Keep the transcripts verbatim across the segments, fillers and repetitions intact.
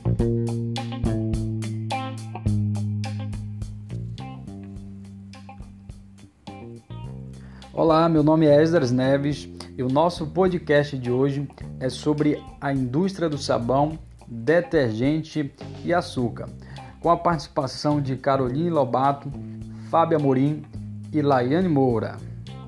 Olá, meu nome é Esdras Neves e o nosso podcast de hoje é sobre a indústria do sabão, detergente e açúcar, com a participação de Caroline Lobato, Fábio Amorim e Laiane Moura.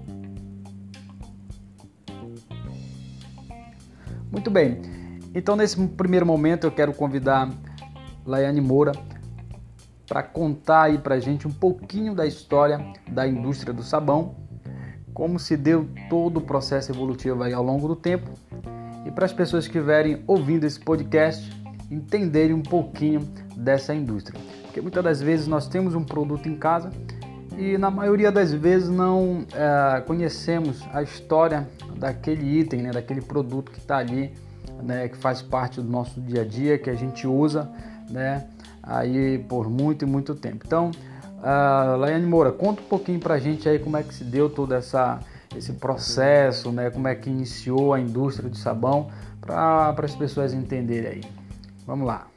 Muito bem, então nesse primeiro momento eu quero convidar Laiane Moura para contar aí para a gente um pouquinho da história da indústria do sabão, como se deu todo o processo evolutivo aí ao longo do tempo, e para as pessoas que estiverem ouvindo esse podcast entenderem um pouquinho dessa indústria. Porque muitas das vezes nós temos um produto em casa e na maioria das vezes não é, conhecemos a história daquele item, né, daquele produto que está ali, né, que faz parte do nosso dia a dia, que a gente usa, né, aí por muito e muito tempo. Então, Uh, Laiane Moura, conta um pouquinho pra gente aí como é que se deu todo essa, esse processo, né? Como é que iniciou a indústria do sabão, para as pessoas entenderem aí. Vamos lá.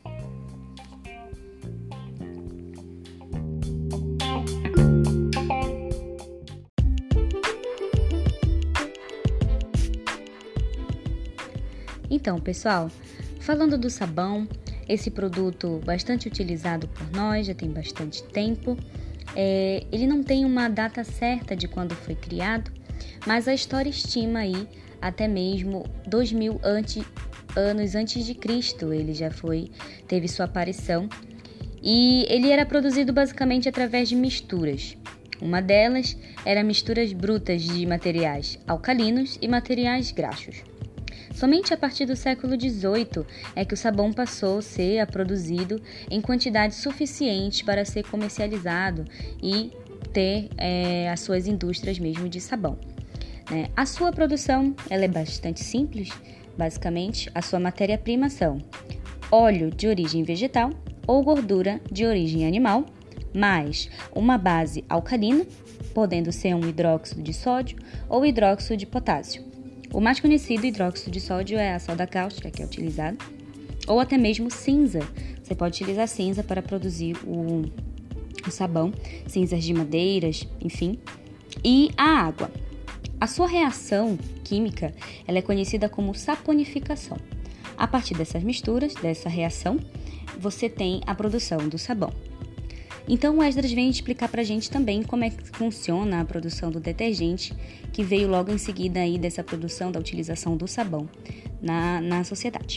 Então, pessoal, falando do sabão, esse produto bastante utilizado por nós, já tem bastante tempo. É, ele não tem uma data certa de quando foi criado, mas a história estima aí até mesmo dois mil antes, anos antes de Cristo. Ele já foi, teve sua aparição e ele era produzido basicamente através de misturas. Uma delas era misturas brutas de materiais alcalinos e materiais graxos. Somente a partir do século dezoito é que o sabão passou a ser produzido em quantidade suficiente para ser comercializado e ter é, as suas indústrias mesmo de sabão. Né? A sua produção ela é bastante simples, basicamente a sua matéria-prima são óleo de origem vegetal ou gordura de origem animal, mais uma base alcalina, podendo ser um hidróxido de sódio ou hidróxido de potássio. O mais conhecido hidróxido de sódio é a soda cáustica, que é utilizado, ou até mesmo cinza. Você pode utilizar cinza para produzir o, o sabão, cinzas de madeiras, enfim. E a água. A sua reação química ela é conhecida como saponificação. A partir dessas misturas, dessa reação, você tem a produção do sabão. Então o Esdras vem explicar pra gente também como é que funciona a produção do detergente, que veio logo em seguida aí dessa produção da utilização do sabão na, na sociedade.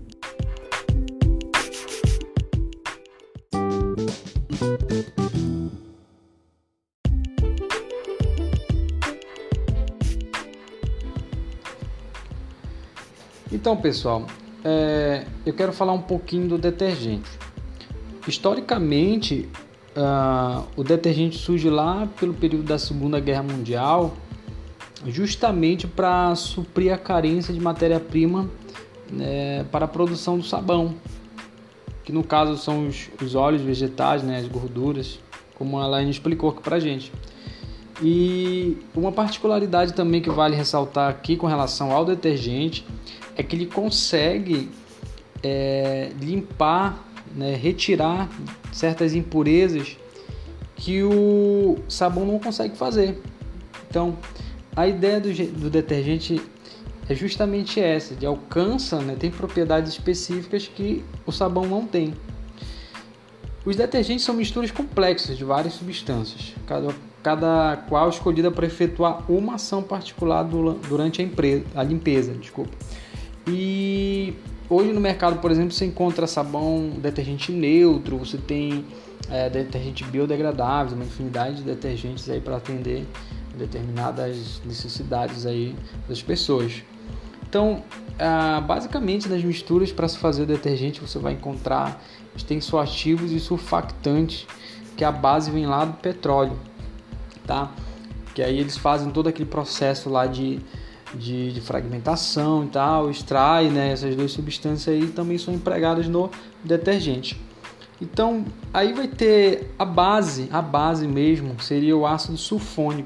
Então, pessoal, é, eu quero falar um pouquinho do detergente. Historicamente, Uh, o detergente surge lá pelo período da Segunda Guerra Mundial, justamente para suprir a carência de matéria-prima, né, para a produção do sabão, que no caso são os, os óleos vegetais, né, as gorduras, como a Elaine explicou aqui para a gente. E uma particularidade também que vale ressaltar aqui com relação ao detergente é que ele consegue é, limpar, né, retirar certas impurezas que o sabão não consegue fazer. Então, a ideia do, do detergente é justamente essa, de alcança, né, tem propriedades específicas que o sabão não tem. Os detergentes são misturas complexas de várias substâncias, cada, cada qual escolhida para efetuar uma ação particular durante a, empresa, a limpeza. Desculpa. E hoje no mercado, por exemplo, você encontra sabão, detergente neutro, você tem é, detergente biodegradável, uma infinidade de detergentes aí para atender determinadas necessidades aí das pessoas. Então, ah, basicamente nas misturas para se fazer o detergente você vai encontrar tensoativos e surfactantes, que a base vem lá do petróleo, tá? Que aí eles fazem todo aquele processo lá de De, de fragmentação e tal, extrai, né, essas duas substâncias aí também são empregadas no detergente. Então aí vai ter a base, a base mesmo seria o ácido sulfônico,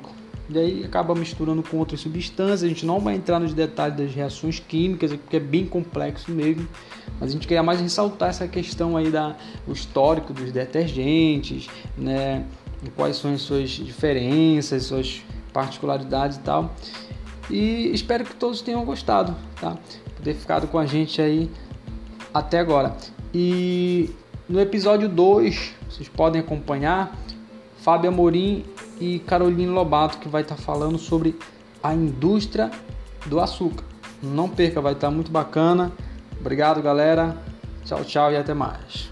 e aí acaba misturando com outras substâncias. A gente não vai entrar nos detalhes das reações químicas, porque é bem complexo mesmo, mas a gente queria mais ressaltar essa questão aí da o histórico dos detergentes, né, e quais são as suas diferenças, suas particularidades e tal. E espero que todos tenham gostado, tá? Por ter ficado com a gente aí até agora. E no episódio dois, vocês podem acompanhar Fábio Amorim e Caroline Lobato, que vai estar falando sobre a indústria do açúcar. Não perca, vai estar muito bacana. Obrigado, galera. Tchau, tchau e até mais.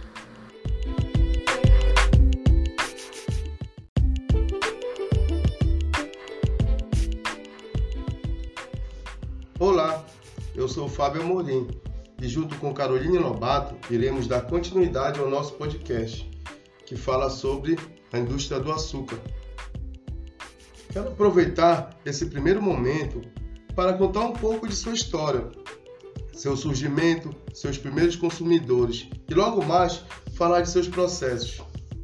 Olá, eu sou o Fábio Amorim e junto com Caroline Lobato iremos dar continuidade ao nosso podcast, que fala sobre a indústria do açúcar. Quero aproveitar esse primeiro momento para contar um pouco de sua história, seu surgimento, seus primeiros consumidores e logo mais falar de seus processos.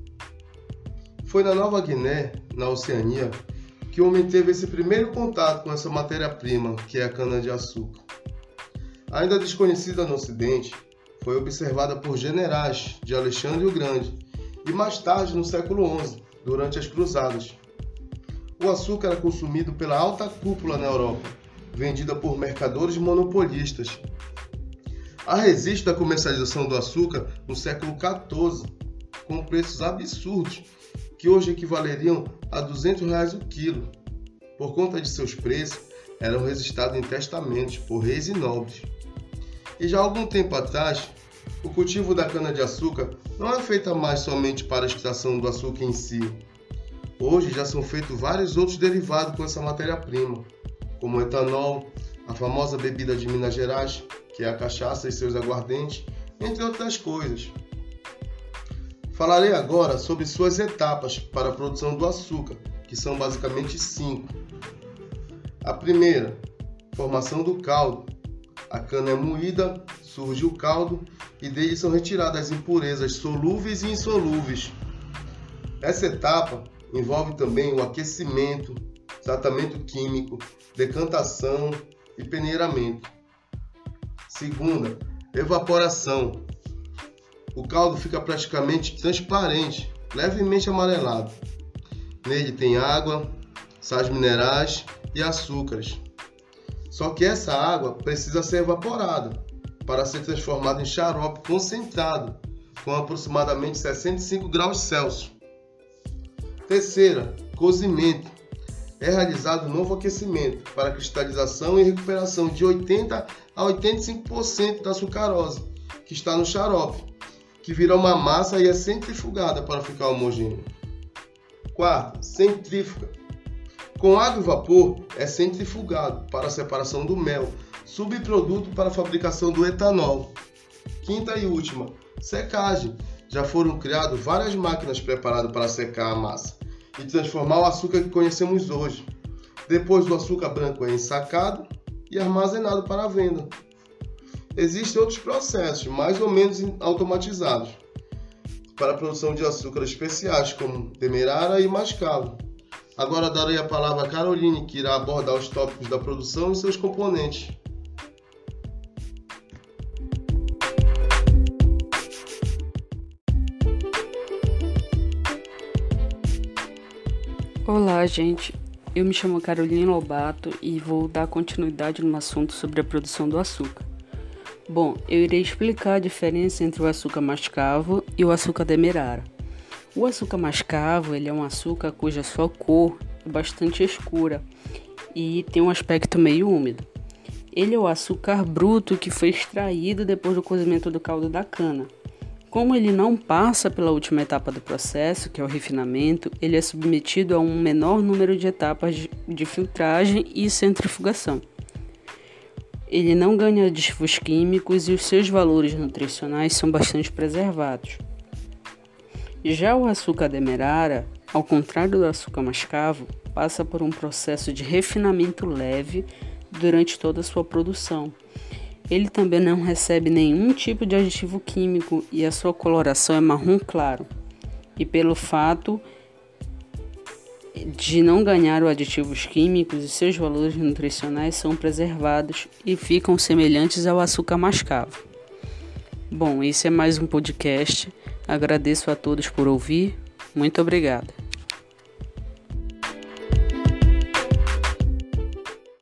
Foi na Nova Guiné, na Oceania, que o homem teve esse primeiro contato com essa matéria-prima, que é a cana-de-açúcar. Ainda desconhecida no Ocidente, foi observada por generais de Alexandre o Grande e mais tarde, no século onze, durante as Cruzadas. O açúcar era consumido pela alta cúpula na Europa, vendida por mercadores monopolistas. Há registro da comercialização do açúcar no século quatorze, com preços absurdos, que hoje equivaleriam a duzentos reais o quilo. Por conta de seus preços, eram registrados em testamentos por reis e nobres. E já há algum tempo atrás, o cultivo da cana-de-açúcar não é feito mais somente para a extração do açúcar em si. Hoje já são feitos vários outros derivados com essa matéria-prima, como o etanol, a famosa bebida de Minas Gerais, que é a cachaça e seus aguardentes, entre outras coisas. Falarei agora sobre suas etapas para a produção do açúcar, que são basicamente cinco. A primeira, formação do caldo. A cana é moída, surge o caldo e dele são retiradas as impurezas solúveis e insolúveis. Essa etapa envolve também o aquecimento, tratamento químico, decantação e peneiramento. Segunda, evaporação. O caldo fica praticamente transparente, levemente amarelado. Nele tem água, sais minerais e açúcares. Só que essa água precisa ser evaporada para ser transformada em xarope concentrado, com aproximadamente sessenta e cinco graus Celsius. Terceira, cozimento. É realizado um novo aquecimento para a cristalização e recuperação de oitenta a oitenta e cinco por cento da sucarose, que está no xarope, que vira uma massa e é centrifugada para ficar homogêneo. Quarta, centrífuga. Com água e vapor, é centrifugado para a separação do mel, subproduto para a fabricação do etanol. Quinta e última, secagem. Já foram criadas várias máquinas preparadas para secar a massa e transformar o açúcar que conhecemos hoje. Depois, o açúcar branco é ensacado e armazenado para a venda. Existem outros processos, mais ou menos automatizados, para a produção de açúcar especiais, como demerara e mascavo. Agora darei a palavra a Caroline, que irá abordar os tópicos da produção e seus componentes. Olá, gente. Eu me chamo Caroline Lobato e vou dar continuidade no assunto sobre a produção do açúcar. Bom, eu irei explicar a diferença entre o açúcar mascavo e o açúcar demerara. O açúcar mascavo ele é um açúcar cuja sua cor é bastante escura e tem um aspecto meio úmido. Ele é o açúcar bruto que foi extraído depois do cozimento do caldo da cana. Como ele não passa pela última etapa do processo, que é o refinamento, ele é submetido a um menor número de etapas de filtragem e centrifugação. Ele não ganha aditivos químicos e os seus valores nutricionais são bastante preservados. Já o açúcar demerara, ao contrário do açúcar mascavo, passa por um processo de refinamento leve durante toda a sua produção. Ele também não recebe nenhum tipo de aditivo químico e a sua coloração é marrom claro. E pelo fato, de não ganhar os aditivos químicos e seus valores nutricionais são preservados e ficam semelhantes ao açúcar mascavo. Bom, esse é mais um podcast. Agradeço a todos por ouvir. Muito obrigada.